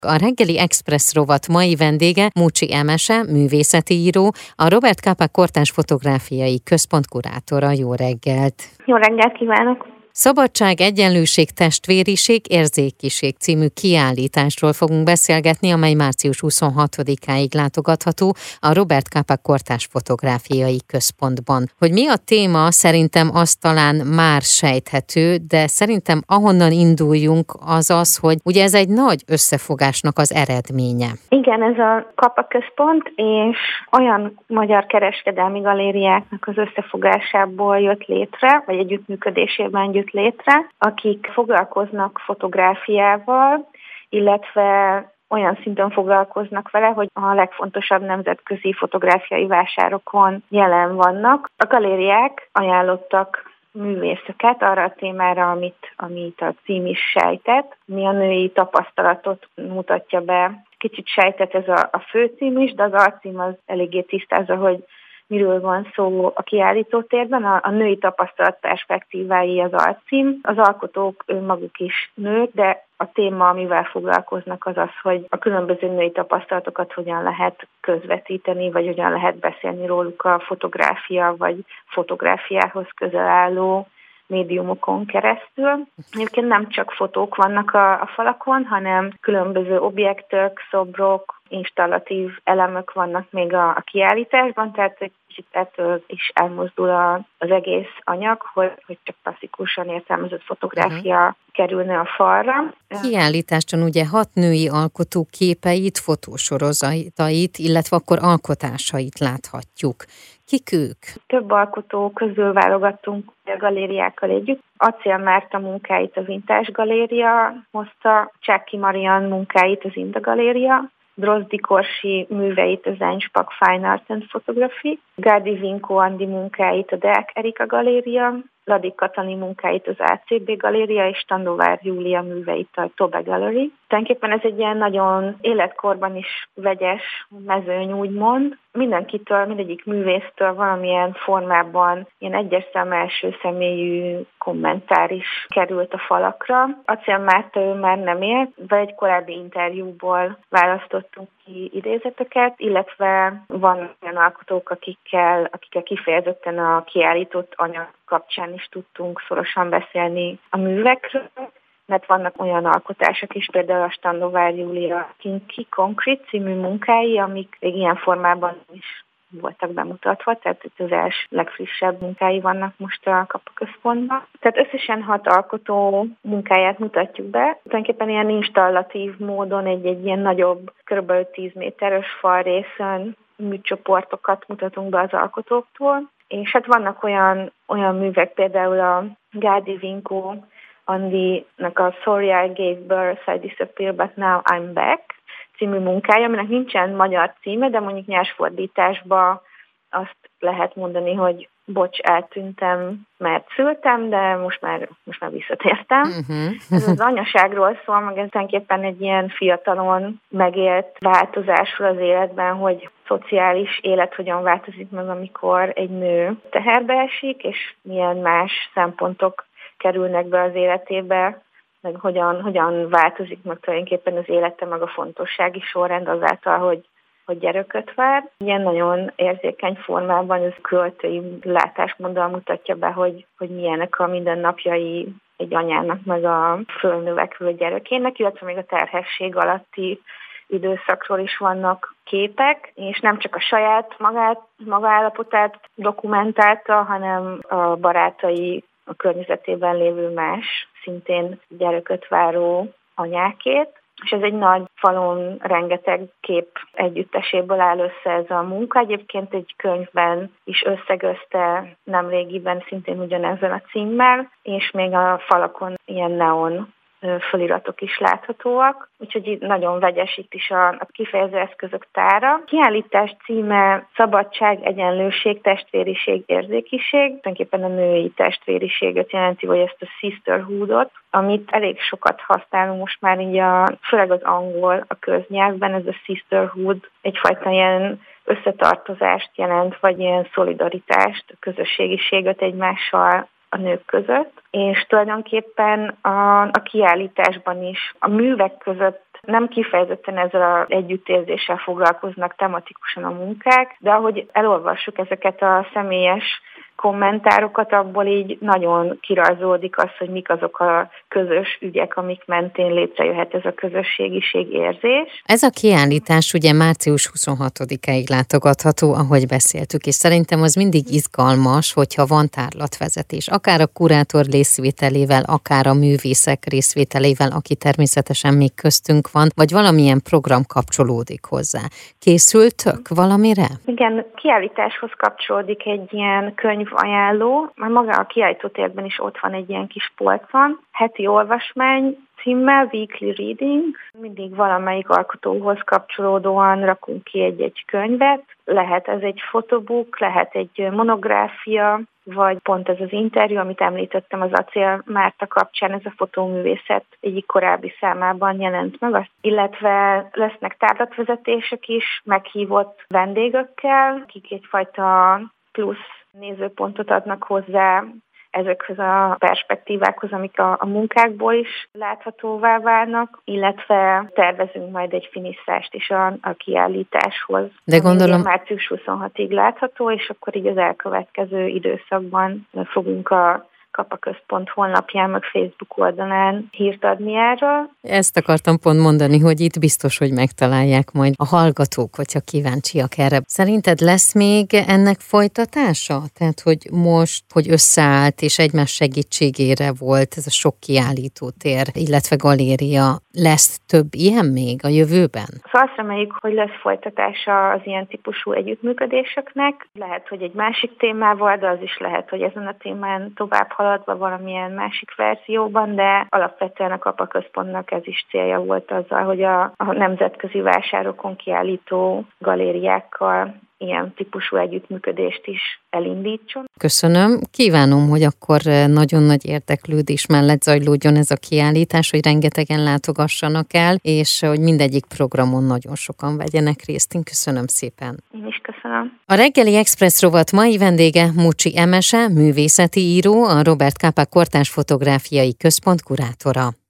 A reggeli Express rovat mai vendége Mucsi Emese, művészeti író, a Robert Capa Kortárs Fotográfiai Központ kurátora. Jó reggelt! Jó reggelt kívánok! Szabadság, egyenlőség, testvériség, érzékiség című kiállításról fogunk beszélgetni, amely március 26-áig látogatható a Robert Capa Kortárs Fotográfiai Központban. Hogy mi a téma, szerintem az talán már sejthető, de szerintem ahonnan induljunk az, hogy ugye ez egy nagy összefogásnak az eredménye. Igen, ez a Capa Központ, és olyan magyar kereskedelmi galériáknak az összefogásából jött létre, vagy együttműködésében jött létre, akik foglalkoznak fotográfiával, illetve olyan szinten foglalkoznak vele, hogy a legfontosabb nemzetközi fotográfiai vásárokon jelen vannak. A galériák ajánlottak művészeket arra a témára, amit a cím is sejtett, mi a női tapasztalatot mutatja be. Kicsit sejtett ez a főcím is, de az alcím az eléggé tisztázza, hogy miről van szó a kiállítótérben. A női tapasztalat perspektívái az alcím. Az alkotók maguk is nők, de a téma, amivel foglalkoznak, az az, hogy a különböző női tapasztalatokat hogyan lehet közvetíteni, vagy hogyan lehet beszélni róluk a fotográfia, vagy fotográfiához közel álló médiumokon keresztül. Egyébként nem csak fotók vannak a falakon, hanem különböző objektök, szobrok, installatív elemek vannak még a kiállításban, tehát egy kicsit ettől is elmozdul az egész anyag, hogy csak klasszikusan értelmezett fotográfia kerülne a falra. Kiállításon ugye 6 női alkotó képeit, fotósorozatait, illetve akkor alkotásait láthatjuk. Kik ők? Több alkotó közül válogattunk a galériákkal együtt. Acél Márta munkáit a Vintage Galéria hozta, Csáki Marian munkáit az Inda Galéria, Drozdi Korsi műveit az Einspak Fine Art and Photography, Gádi Vinkó Andi munkáit a Deák Erika Galéria, Ladik Katalin munkáit az ACB Galéria, és Tandovár Júlia műveit a Tobe Gallery. Tulajdonképpen ez egy ilyen nagyon életkorban is vegyes mezőny, úgymond. Mindenkitől, mindegyik művésztől valamilyen formában ilyen egyes szám első személyű kommentár is került a falakra. Acél Márta ő már nem élt, de egy korábbi interjúból választottunk ki idézeteket, illetve van olyan alkotók, akikkel kifejezetten a kiállított anyag kapcsán is tudtunk szorosan beszélni a művekről, mert vannak olyan alkotások is, például a Standovár Júlia Kinki Concrete című munkái, amik még ilyen formában is voltak bemutatva, tehát itt az legfrissebb munkái vannak most a Capa Központban. Tehát összesen 6 alkotó munkáját mutatjuk be. Tulajdonképpen ilyen installatív módon egy ilyen nagyobb, kb. 10 méteres falrészen műcsoportokat mutatunk be az alkotóktól. És hát vannak olyan művek, például a Gádi Vinkó Andinak a Sorry I Gave Birth, I Disappear, but Now I'm Back című munkája, aminek nincsen magyar címe, de mondjuk nyersfordításban azt lehet mondani, hogy bocs, eltűntem, mert szültem, de most már visszatértem. Ez az anyaságról szól, meg ez tulajdonképpen egy ilyen fiatalon megélt változásról az életben, hogy szociális élet hogyan változik meg, amikor egy nő teherbe esik, és milyen más szempontok kerülnek be az életébe, meg hogyan változik meg tulajdonképpen az élete, meg a fontossági sorrend azáltal, hogy gyereket vár. Ilyen nagyon érzékeny formában ez költői látásmóddal mutatja be, hogy milyenek a mindennapjai egy anyának, meg a fölnövekvő gyerekének, illetve még a terhesség alatti időszakról is vannak képek, és nem csak a saját maga állapotát dokumentálta, hanem a barátai, a környezetében lévő más, szintén gyereket váró anyákét. És ez egy nagy falon rengeteg kép együtteséből áll össze ez a munka. Egyébként egy könyvben is összegözte nemrégiben szintén ugyanezzel a címmel, és még a falakon ilyen neon föliratok is láthatóak, úgyhogy itt nagyon vegyes itt is a kifejező eszközök tára. Kiállítás címe Szabadság, egyenlőség, testvériség, érzékiség. Tulajdonképpen a női testvériséget jelenti, vagy ezt a sisterhoodot, amit elég sokat használunk most már így főleg az angol, a köznyelvben, ez a sisterhood egyfajta ilyen összetartozást jelent, vagy ilyen szolidaritást, közösségiséget egymással a nők között, és tulajdonképpen a kiállításban is a művek között nem kifejezetten ezzel az együttérzéssel foglalkoznak tematikusan a munkák, de ahogy elolvassuk ezeket a személyes kommentárokat, abból így nagyon kirajzolódik az, hogy mik azok a közös ügyek, amik mentén létrejöhet ez a közösségiségérzés. Ez a kiállítás ugye március 26-áig látogatható, ahogy beszéltük, és szerintem az mindig izgalmas, hogyha van tárlatvezetés, akár a kurátor részvételével, akár a művészek részvételével, aki természetesen még köztünk van, vagy valamilyen program kapcsolódik hozzá. Készültök valamire? Igen, kiállításhoz kapcsolódik egy ilyen könyvajánló, már maga a kiállítótérben is ott van egy ilyen kis polcon, heti olvasmány címmel, Weekly Reading. Mindig valamelyik alkotóhoz kapcsolódóan rakunk ki egy könyvet. Lehet ez egy fotobook, lehet egy monográfia, vagy pont ez az interjú, amit említettem az Acél Márta kapcsán, ez a fotóművészet egyik korábbi számában jelent meg, illetve lesznek tárlatvezetések is, meghívott vendégökkel, akik egyfajta plusz nézőpontot adnak hozzá ezekhez a perspektívákhoz, amik a munkákból is láthatóvá válnak, illetve tervezünk majd egy finisztást is a kiállításhoz. De gondolom március 26-ig látható, és akkor így az elkövetkező időszakban fogunk a Kapaközpont honlapján, meg Facebook oldalán hírt adni erről. Ezt akartam pont mondani, hogy itt biztos, hogy megtalálják majd a hallgatók, hogyha kíváncsiak erre. Szerinted lesz még ennek folytatása? Tehát, hogy most, hogy összeállt és egymás segítségére volt ez a sok kiállítótér, illetve galéria, lesz több ilyen még a jövőben? Szóval azt reméljük, hogy lesz folytatása az ilyen típusú együttműködéseknek. Lehet, hogy egy másik témával, de az is lehet, hogy ezen a témán tovább haladva valamilyen másik verzióban, de alapvetően a Kapaközpontnak ez is célja volt azzal, hogy a nemzetközi vásárokon kiállító galériákkal ilyen típusú együttműködést is elindítson. Köszönöm. Kívánom, hogy akkor nagyon nagy érdeklődés mellett zajlódjon ez a kiállítás, hogy rengetegen látogassanak el, és hogy mindegyik programon nagyon sokan vegyenek részt. Én köszönöm szépen. Én is köszönöm. A Reggeli Express rovat mai vendége Mucsi Emese, művészeti író, a Robert Capa Kortárs Fotográfiai Központ kurátora.